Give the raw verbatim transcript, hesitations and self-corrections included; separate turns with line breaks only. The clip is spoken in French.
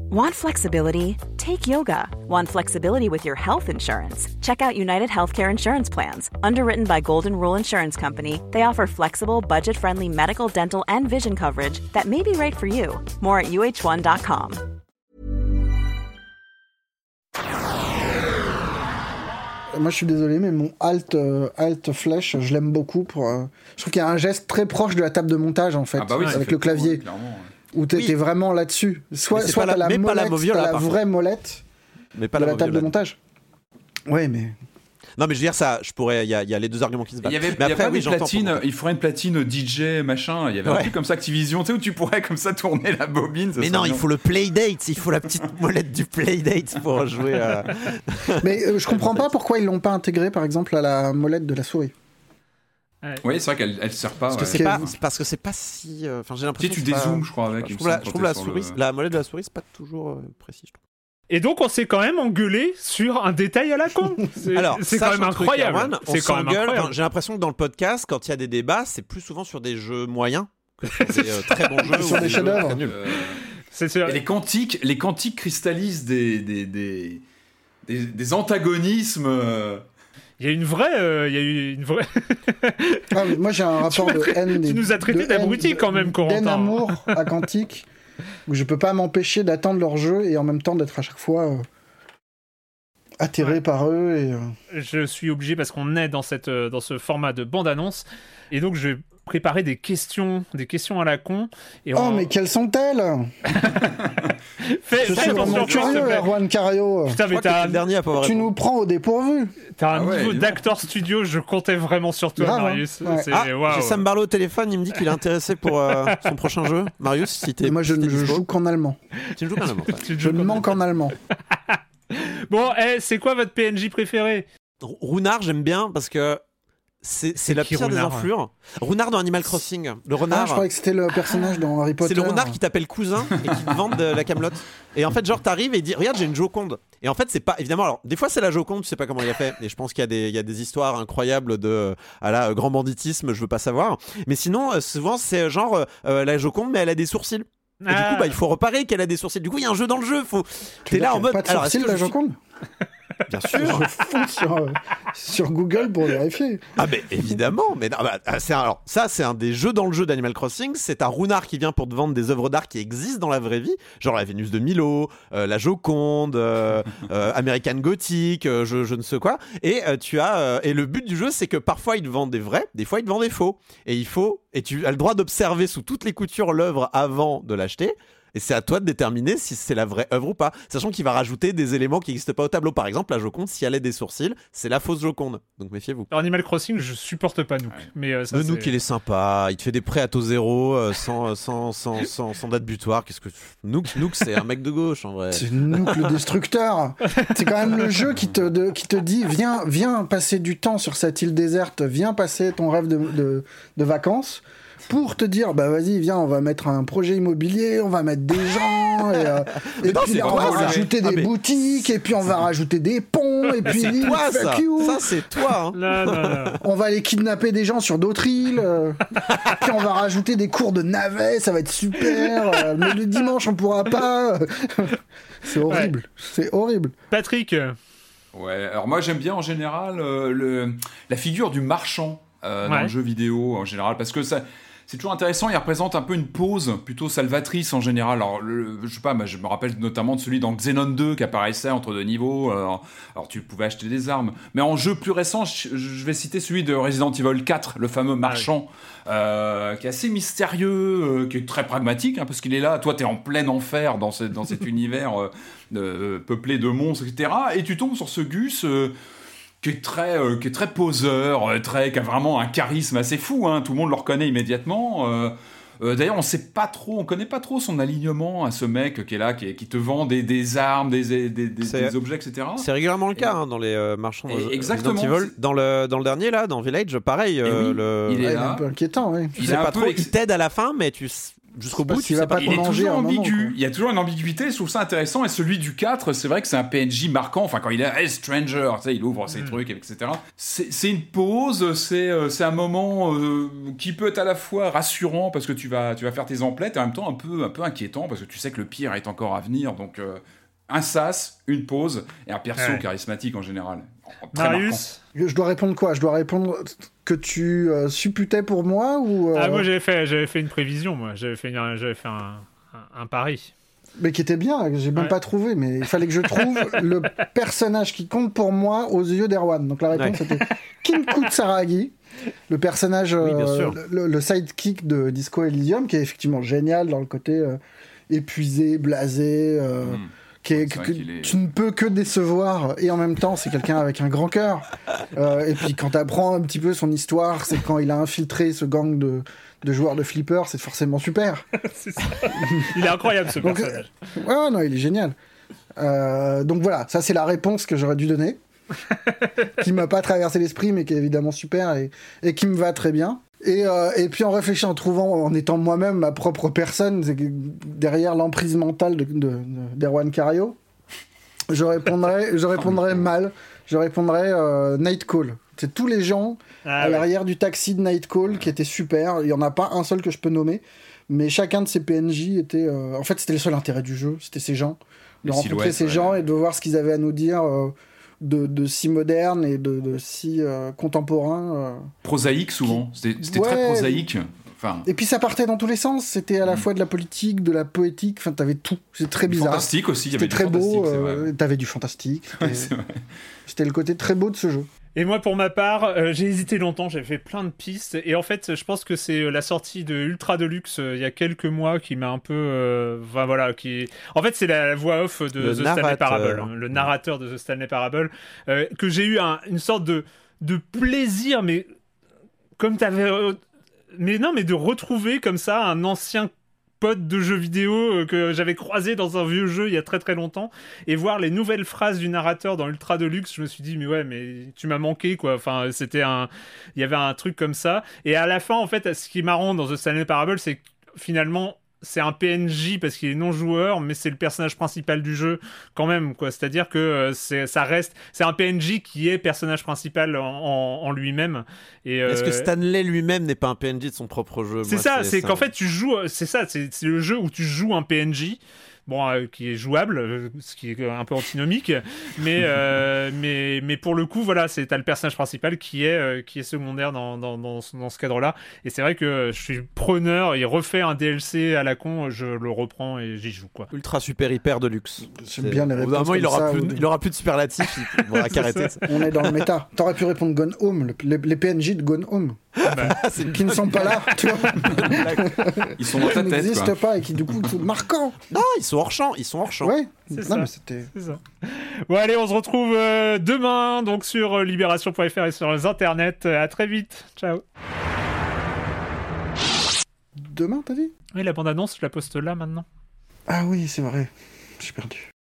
Want flexibility? Take yoga. Want flexibility with your health insurance? Check out United Healthcare Insurance Plans. Underwritten by Golden Rule Insurance Company, they offer flexible, budget-friendly medical, dental, and vision coverage that may be right for you. More at U H one dot com.
Moi, je suis désolé, mais mon alt, euh, alt flèche, je l'aime beaucoup. Pour, euh... Je trouve qu'il y a un geste très proche de la table de montage, en fait,
ah bah oui,
avec le clavier. Cool, où t'es oui. vraiment là-dessus. Soit, soit t'as la, la molette, la t'as la vraie molette
mais pas
de
la,
la table de montage. Ouais, mais...
Non, mais je veux dire, ça, je pourrais. Il y, y a les deux arguments qui se battent.
Il y avait,
mais
il y
après,
a pas
oui,
des platines. Il faudrait une platine D J machin. Il y avait ouais. un truc comme ça Activision, tu sais, où tu pourrais comme ça tourner la bobine.
Mais non, bien. Il faut le Playdate. Il faut la petite molette du Playdate pour jouer. À...
mais euh, je comprends pas pourquoi ils l'ont pas intégré, par exemple, à la molette de la souris.
Ouais. Oui, c'est vrai qu'elle elle sert pas.
Parce que
ouais.
c'est pas, parce que c'est pas si. Enfin, euh, j'ai l'impression.
Tu sais, tu dézoomes,
pas...
je crois, avec.
Je trouve la, je trouve la souris, le... la molette de la souris, c'est pas toujours euh, précis, je trouve.
Et donc on s'est quand même engueulé sur un détail à la con. C'est,
Alors,
c'est quand même incroyable.
Erwan,
c'est quand même incroyable.
Enfin, j'ai l'impression que dans le podcast, quand il y a des débats, c'est plus souvent sur des jeux moyens que sur des euh, très bons jeux
sur
ou
des chefs-d'œuvre.
Euh, c'est et les quantiques, les quantiques cristallisent des des des des, des antagonismes. Euh...
Il y a une vraie, euh, il y a eu une vraie.
ah, moi j'ai un rapport de haine.
Tu nous as traité d'abrutis quand même, Corentin.
D'amour à Quantique. Où je peux pas m'empêcher d'attendre leur jeu et en même temps d'être à chaque fois euh, atterré ouais. par eux. Et, euh...
Je suis obligé parce qu'on est dans, cette, euh, dans ce format de bande-annonce. Et donc je vais préparer des questions, des questions à la con. Et
oh,
on...
mais quelles sont-elles?
Fais,
Je suis vraiment curieux, Erwan Cario.
Putain, mais t'as un...
le dernier à pas
tu nous prends au dépourvu.
T'as un
ah ouais,
niveau d'acteur studio, je comptais vraiment sur toi,
grave,
Marius.
hein. Ouais.
C'est...
Ah,
wow.
J'ai Sam Barlow au téléphone, il me dit qu'il est intéressé pour euh, son prochain jeu. Marius, si t'es.
Et moi, je ne joue qu'en allemand.
Tu ne joues qu'en allemand.
Je ne manque en allemand.
Bon, hey, c'est quoi votre P N J préféré?
Runard, j'aime bien parce que. C'est, c'est, c'est la pire
Runard,
des enflures. Runard dans Animal Crossing. Le renard.
Ah, je croyais que c'était le personnage dans Harry Potter.
C'est le renard qui t'appelle cousin et qui te vend de la camelote. Et en fait, genre, t'arrives et il dit regarde, j'ai une Joconde. Et en fait, c'est pas évidemment. Alors, des fois, c'est la Joconde, tu sais pas comment il a fait. Et je pense qu'il y a des, il y a des histoires incroyables de à la grand banditisme, je veux pas savoir. Mais sinon, souvent, c'est genre euh, la Joconde, mais elle a des sourcils. Et ah. du coup, bah, il faut reparer qu'elle a des sourcils. Du coup, il y a un jeu dans le jeu. Faut.
Tu
T'es là en mode.
Pas de sourcils, alors, la Joconde.
Bien sûr.
Je fonce sur, euh, sur Google pour vérifier.
Ah mais évidemment, mais non, bah, c'est un, alors ça c'est un des jeux dans le jeu d'Animal Crossing. C'est un Runard qui vient pour te vendre des œuvres d'art qui existent dans la vraie vie, genre la Vénus de Milo, euh, la Joconde, euh, euh, American Gothic, euh, je, je ne sais quoi. Et euh, tu as euh, et le but du jeu c'est que parfois il te vend des vrais, des fois il te vend des faux. Et il faut et tu as le droit d'observer sous toutes les coutures l'œuvre avant de l'acheter. Et c'est à toi de déterminer si c'est la vraie œuvre ou pas, sachant qu'il va rajouter des éléments qui n'existent pas au tableau. Par exemple, la Joconde, si elle a des sourcils, c'est la fausse Joconde. Donc méfiez-vous.
Alors, Animal Crossing, je supporte pas Nook. Ouais. Mais euh, ça,
le
c'est...
Nook, il est sympa. Il te fait des prêts à taux zéro, euh, sans, sans, sans, sans, sans date butoir. Qu'est-ce que tu... Nook, Nook, c'est un mec de gauche en vrai.
C'est Nook le destructeur. C'est quand même le jeu qui te, de, qui te dit viens, viens passer du temps sur cette île déserte, viens passer ton rêve de, de, de vacances. Pour te dire, bah vas-y, viens, on va mettre un projet immobilier, on va mettre des gens, et, euh, et
non,
puis là, on va rajouter des ah, mais... boutiques, et puis on va rajouter des ponts, et puis
c'est toi, ça. ça c'est toi. Hein.
Non, non, non.
On va aller kidnapper des gens sur d'autres îles, euh, puis on va rajouter des cours de navets, ça va être super, euh, mais le dimanche on pourra pas. C'est horrible, ouais. c'est horrible.
Patrick.
Ouais, alors moi j'aime bien en général euh, le, la figure du marchand euh, ouais. dans le jeu vidéo en général, parce que ça... C'est toujours intéressant, il représente un peu une pause plutôt salvatrice en général. Alors, le, je sais pas, moi, je me rappelle notamment de celui dans Xenon deux qui apparaissait entre deux niveaux. Alors, alors tu pouvais acheter des armes. Mais en jeu plus récent, je, je vais citer celui de Resident Evil quatre, le fameux marchand, ah oui. euh, qui est assez mystérieux, euh, qui est très pragmatique, hein, parce qu'il est là, toi t'es en plein enfer dans, ce, dans cet univers euh, euh, peuplé de monstres, et cetera. Et tu tombes sur ce Gus... Euh, qui est très, euh, qui est très poseur, euh, très, qui a vraiment un charisme assez fou, hein, tout le monde le reconnaît immédiatement. Euh, euh, d'ailleurs, on sait pas trop, on connaît pas trop son alignement à ce mec qui est là, qui, est, qui te vend des, des armes, des, des, des, des objets, et cetera.
C'est régulièrement le cas et, hein, dans les euh, marchands.
Et, exactement.
Dans le, dans le dernier là, dans Village, pareil. Euh,
oui,
le...
il est
ouais,
là.
Un peu inquiétant, oui.
Tu sais pas trop, ex... il t'aide à la fin, mais tu. jusqu'au bout, tu
va
sais pas.
pas
Il est
manger
toujours
à un moment,
ambigu.
quoi.
Il y a toujours une ambiguïté. Je trouve ça intéressant. Et celui du quatre, c'est vrai que c'est un P N J marquant. Enfin, quand il est hey, Stranger, tu sais, il ouvre ses mmh. trucs, et cetera. C'est, c'est une pause. C'est, euh, c'est un moment euh, qui peut être à la fois rassurant parce que tu vas, tu vas faire tes emplettes et en même temps un peu, un peu inquiétant parce que tu sais que le pire est encore à venir. Donc, euh, un sas, une pause et un perso ouais. charismatique en général. Très
Marius,
marquant. Je dois répondre quoi ? Je dois répondre que tu euh, supputais pour moi ou euh...
Ah, moi j'avais fait, j'avais fait une prévision, moi. J'avais fait, une, j'avais fait un, un, un pari.
Mais qui était bien, j'ai même
ouais.
pas trouvé, mais il fallait que je trouve le personnage qui compte pour moi aux yeux d'Erwan. Donc la réponse ouais. c'était Kinko Tsaragi, le personnage,
oui,
euh, le, le sidekick de Disco Elysium, qui est effectivement génial dans le côté euh, épuisé, blasé, euh, mmh. qui est, que, est... tu ne peux que décevoir, et en même temps c'est quelqu'un avec un grand cœur. Euh, et puis quand tu apprends un petit peu son histoire, c'est quand il a infiltré ce gang de... de joueurs de flipper, c'est forcément super.
C'est ça. Il est incroyable ce
donc,
personnage.
Ouais, ouais, non, il est génial. Euh, donc voilà, ça c'est la réponse que j'aurais dû donner, qui m'a pas traversé l'esprit, mais qui est évidemment super et, et qui me va très bien. Et, euh, et puis en réfléchissant, en trouvant, en étant moi-même ma propre personne, c'est que derrière l'emprise mentale de, de, de, d'Erwan Cario, je répondrais, je répondrais mal. Je répondrais euh, Nightcall. C'est tous les gens ah, à ouais. l'arrière du taxi de Nightcall qui étaient super. Il n'y en a pas un seul que je peux nommer, mais chacun de ces P N J était... Euh... En fait, c'était le seul intérêt du jeu, c'était ces gens. De les rencontrer ces ouais. gens et de voir ce qu'ils avaient à nous dire euh, de, de si moderne et de, de si euh, contemporain. Euh...
Prosaïque, souvent. C'était, c'était ouais. très prosaïque. Enfin...
Et puis ça partait dans tous les sens. C'était à la mmh. fois de la politique, de la poétique. Enfin, t'avais tout. C'était très bizarre.
Fantastique aussi.
C'était
il y avait
très
du
beau.
Euh,
t'avais du fantastique. C'était...
Ouais, c'est vrai.
C'était le côté très beau de ce jeu.
Et moi, pour ma part, euh, j'ai hésité longtemps, j'ai fait plein de pistes, et en fait, je pense que c'est la sortie de Ultra Deluxe euh, il y a quelques mois qui m'a un peu... Euh, enfin, voilà, qui... En fait, c'est la voix off de le The narrateur. Stanley Parable, hein, le narrateur de The Stanley Parable, euh, que j'ai eu un, une sorte de, de plaisir, mais comme t'avais... Euh, mais non, mais de retrouver comme ça un ancien pote de jeux vidéo euh, que j'avais croisé dans un vieux jeu il y a très très longtemps, et voir les nouvelles phrases du narrateur dans Ultra Deluxe, je me suis dit mais ouais, mais tu m'as manqué quoi. Enfin, c'était un, il y avait un truc comme ça, et à la fin en fait, ce qui est marrant dans The Stanley Parable, c'est que finalement c'est un P N J parce qu'il est non joueur, mais c'est le personnage principal du jeu quand même, quoi. C'est-à-dire que euh, c'est, ça reste, c'est un P N J qui est personnage principal en, en, en lui-même. Et, euh,
est-ce que Stanley lui-même n'est pas un P N J de son propre jeu ?
C'est
Moi,
ça,
c'est,
c'est
c'est
qu'en
un...
fait tu joues, c'est ça, c'est, c'est le jeu où tu joues un P N J. Bon, euh, qui est jouable, euh, ce qui est un peu antinomique, mais, euh, mais, mais pour le coup, voilà, c'est, t'as le personnage principal qui est, euh, qui est secondaire dans, dans, dans, dans ce cadre-là. Et c'est vrai que je suis preneur, il refait un D L C à la con, je le reprends et j'y joue, quoi.
Ultra super hyper deluxe.
J'aime bien les réponses.
Moment, il aura
ça,
plus,
de...
il aura plus de superlatifs, il faudra qu'arrêter.
On est dans le méta. T'aurais pu répondre Gone Home, le, les, les P N J de Gone Home.
Bah,
qui ne sont pas là, tu vois.
Ils sont dans ta tête,
Ils n'existent pas et qui du coup sont marquants.
Non, ils sont hors champ, ils sont hors champ.
Ouais,
c'est
non,
ça.
Mais c'était...
c'est ça. Bon allez, on se retrouve euh, demain donc sur euh, libération point f r et sur les internets. À très vite, ciao.
Demain, t'as dit ?
Oui, la bande-annonce, je la poste là maintenant.
Ah oui, c'est vrai, j'ai perdu.